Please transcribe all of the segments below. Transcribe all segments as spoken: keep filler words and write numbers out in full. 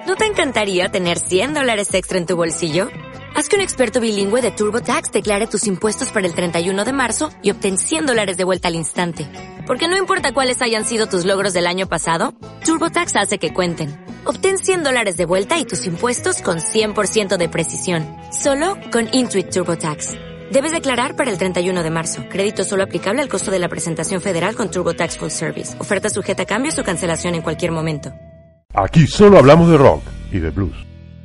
¿No te encantaría tener cien dólares extra en tu bolsillo? Haz que un experto bilingüe de TurboTax declare tus impuestos para el treinta y uno de marzo y obtén cien dólares de vuelta al instante. Porque no importa cuáles hayan sido tus logros del año pasado, TurboTax hace que cuenten. Obtén cien dólares de vuelta y tus impuestos con cien por ciento de precisión. Solo con Intuit TurboTax. Debes declarar para el treinta y uno de marzo. Crédito solo aplicable al costo de la presentación federal con TurboTax Full Service. Oferta sujeta a cambios o cancelación en cualquier momento. Aquí solo hablamos de rock y de blues.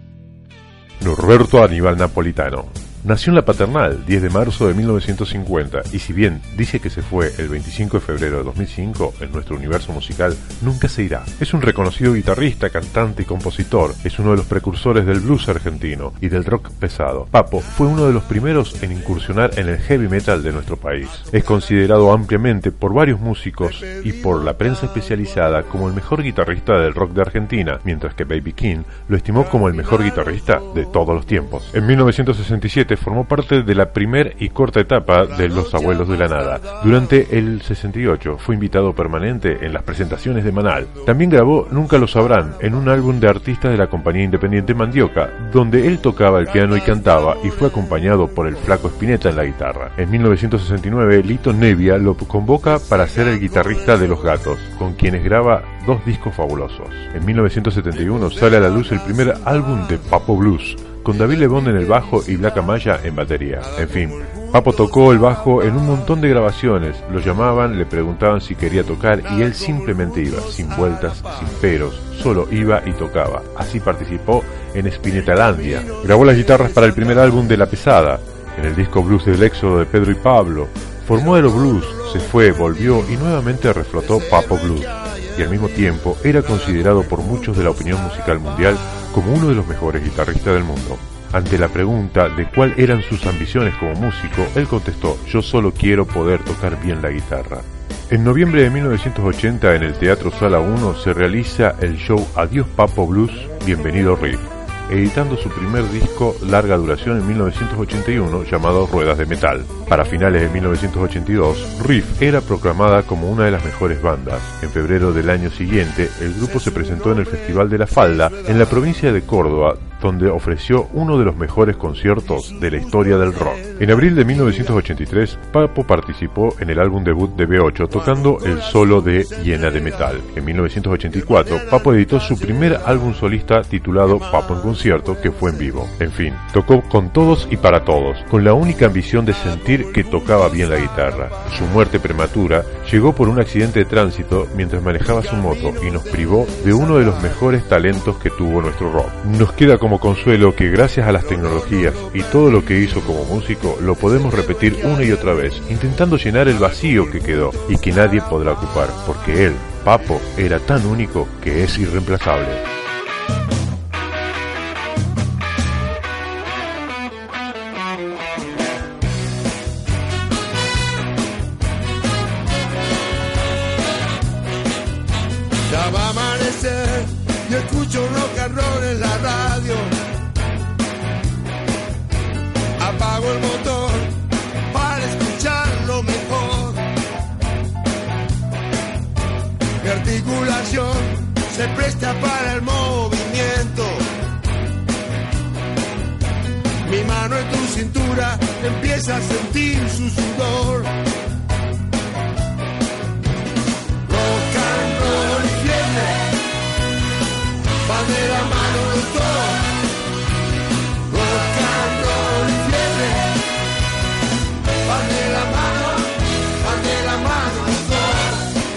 Norberto Aníbal Napolitano nació en La Paternal, diez de marzo de mil novecientos cincuenta, y si bien dice que se fue el veinticinco de febrero de dos mil cinco, en nuestro universo musical nunca se irá. Es un reconocido guitarrista, cantante y compositor. Es uno de los precursores del blues argentino y del rock pesado. Papo fue uno de los primeros en incursionar en el heavy metal de nuestro país. Es considerado ampliamente por varios músicos y por la prensa especializada como el mejor guitarrista del rock de Argentina, mientras que Baby King lo estimó como el mejor guitarrista de todos los tiempos. En mil novecientos sesenta y siete formó parte de la primer y corta etapa de Los Abuelos de la Nada. Durante el sesenta y ocho fue invitado permanente en las presentaciones de Manal. También grabó Nunca lo sabrán, en un álbum de artistas de la compañía independiente Mandioca, donde él tocaba el piano y cantaba, y fue acompañado por el Flaco Spinetta en la guitarra. En mil novecientos sesenta y nueve, Lito Nebbia lo convoca para ser el guitarrista de Los Gatos, con quienes graba dos discos fabulosos. En mil novecientos setenta y uno sale a la luz el primer álbum de Papo Blues, con David Lebón en el bajo y Black Amaya en batería. En fin, Papo tocó el bajo en un montón de grabaciones. Lo llamaban, le preguntaban si quería tocar y él simplemente iba, sin vueltas, sin peros, solo iba y tocaba. Así participó en Spinetalandia. Grabó las guitarras para el primer álbum de La Pesada, en el disco Blues del Éxodo de Pedro y Pablo. Formó Aero Blues, se fue, volvió y nuevamente reflotó Papo Blues. Y al mismo tiempo era considerado por muchos de la opinión musical mundial como uno de los mejores guitarristas del mundo. Ante la pregunta de cuáles eran sus ambiciones como músico, él contestó: yo solo quiero poder tocar bien la guitarra. En noviembre de mil novecientos ochenta, en el Teatro Sala uno, se realiza el show Adiós Papo Blues, Bienvenido Riff, editando su primer disco larga duración en mil novecientos ochenta y uno llamado Ruedas de Metal. Para finales de mil novecientos ochenta y dos, Riff era proclamada como una de las mejores bandas. En febrero del año siguiente, el grupo se presentó en el Festival de la Falda, en la provincia de Córdoba, donde ofreció uno de los mejores conciertos de la historia del rock. En abril de mil novecientos ochenta y tres, Papo participó en el álbum debut de B ocho, tocando el solo de Hiena de Metal. En mil novecientos ochenta y cuatro, Papo editó su primer álbum solista titulado Papo en Concierto, que fue en vivo. En fin, tocó con todos y para todos, con la única ambición de sentir que tocaba bien la guitarra. Su muerte prematura llegó por un accidente de tránsito mientras manejaba su moto y nos privó de uno de los mejores talentos que tuvo nuestro rock. Nos queda como consuelo que gracias a las tecnologías y todo lo que hizo como músico, lo podemos repetir una y otra vez, intentando llenar el vacío que quedó y que nadie podrá ocupar, porque él, Papo, era tan único que es irreemplazable. Ya va a amanecer y escucho rock and roll en la radio. Apago el motor para escucharlo mejor. Mi articulación se presta para el movimiento. Mi mano en tu cintura empieza a sentir su sudor. Rock and roll y fiebre van de la mano los dos. Rock and roll y fiebre van de la mano, van de la mano los dos.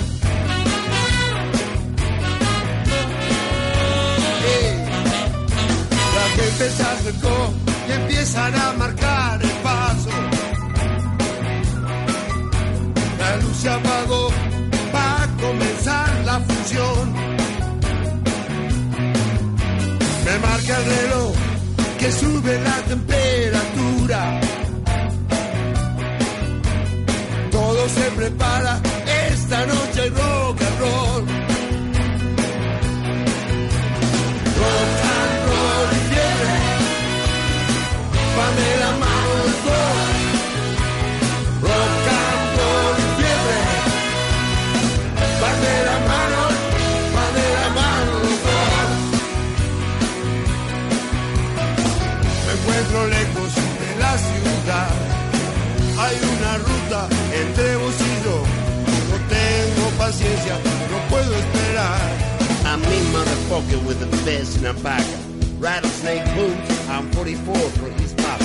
Hey. La gente se acercó y empiezan a marcar el paso. La luz se apagó, va a comenzar la función. Me marca el reloj que sube la temperatura. Todo se prepara, esta noche hay rock and roll. Rock and roll y fiebre van de la mano los dos. Rock and roll y fiebre van de la mano, van de la mano los dos. motherfucker with the best in a pack. Rattlesnake boots, I'm forty-four from his papa.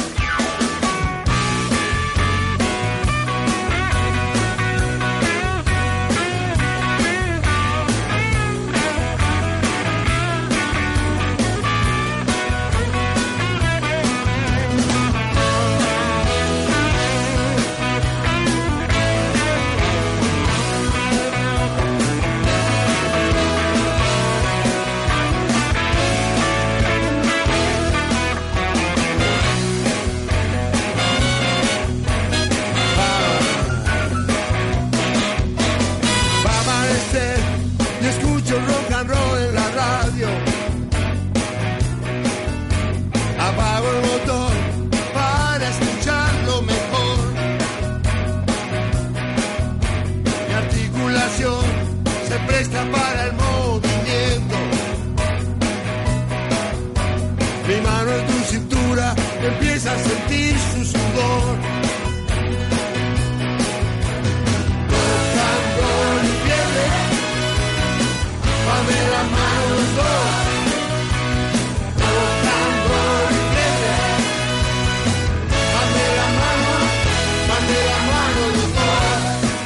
Empieza a sentir su sudor. Rock and roll y fiebre, van de la mano los dos. Rock and roll y fiebre, van de la mano, van de la mano los dos.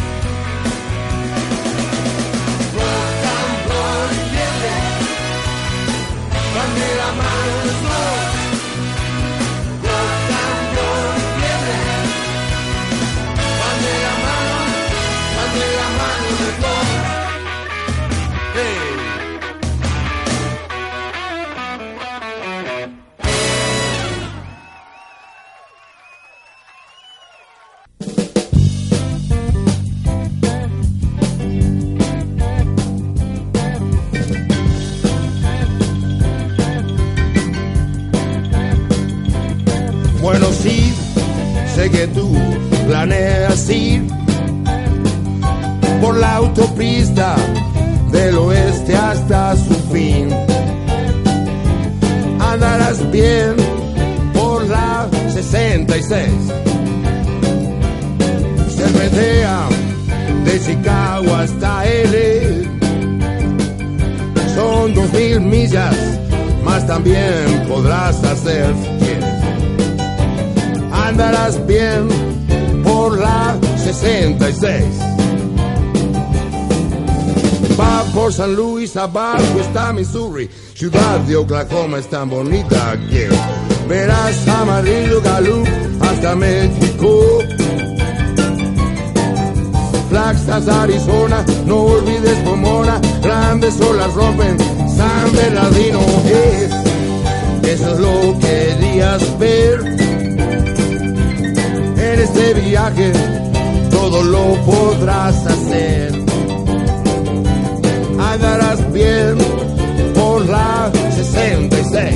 Rock and roll y fiebre, van de la mano los dos. Bueno, sí, sé que tú planeas ir por la autopista del oeste hasta su fin. Andarás bien por la sesenta y seis. Cervetea de Chicago hasta L A. Son dos mil millas, más también podrás hacer si quieres. Andarás bien por la sesenta y seis. Va por San Luis, abajo está Missouri. Ciudad de Oklahoma es tan bonita que verás Amarillo, Gallup hasta México. Flagstaff, Arizona, no olvides Pomona. Grandes olas rompen San Bernardino. Eh, eso es lo que querías ver. En este viaje todo lo podrás hacer. Andarás bien por la sesenta y seis.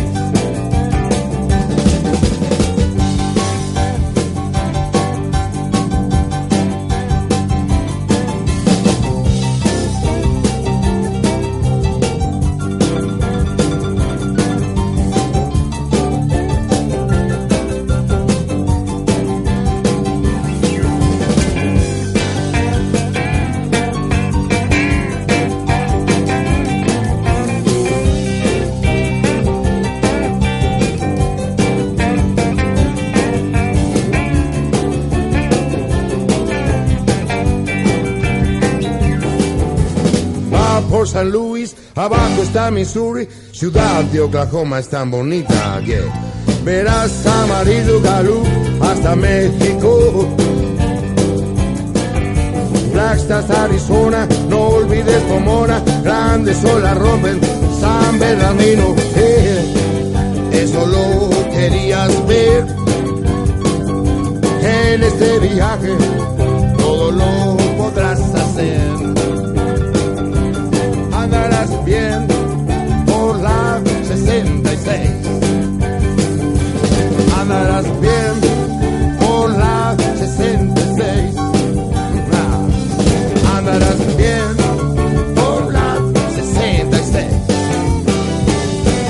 San Luis, abajo está Missouri, ciudad de Oklahoma es tan bonita que yeah. Verás Amarillo, Gallup hasta México. Flagstaff, Arizona, no olvides Pomona, grandes olas rompen San Bernardino. Eh, eso lo querías ver. En este viaje todo lo podrás hacer. Andarás bien por la sesenta y seis. Andarás bien por la sesenta y seis. Ah, andarás bien por la sesenta y seis.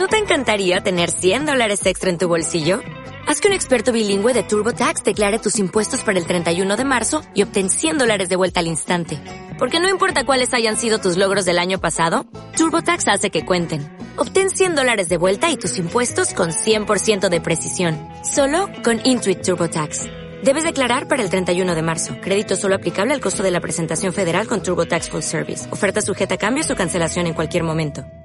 ¿No te encantaría tener cien dólares extra en tu bolsillo? Haz que un experto bilingüe de TurboTax declare tus impuestos para el treinta y uno de marzo y obtén cien dólares de vuelta al instante. Porque no importa cuáles hayan sido tus logros del año pasado, TurboTax hace que cuenten. Obtén cien dólares de vuelta y tus impuestos con cien por ciento de precisión. Solo con Intuit TurboTax. Debes declarar para el treinta y uno de marzo. Crédito solo aplicable al costo de la presentación federal con TurboTax Full Service. Oferta sujeta a cambios o cancelación en cualquier momento.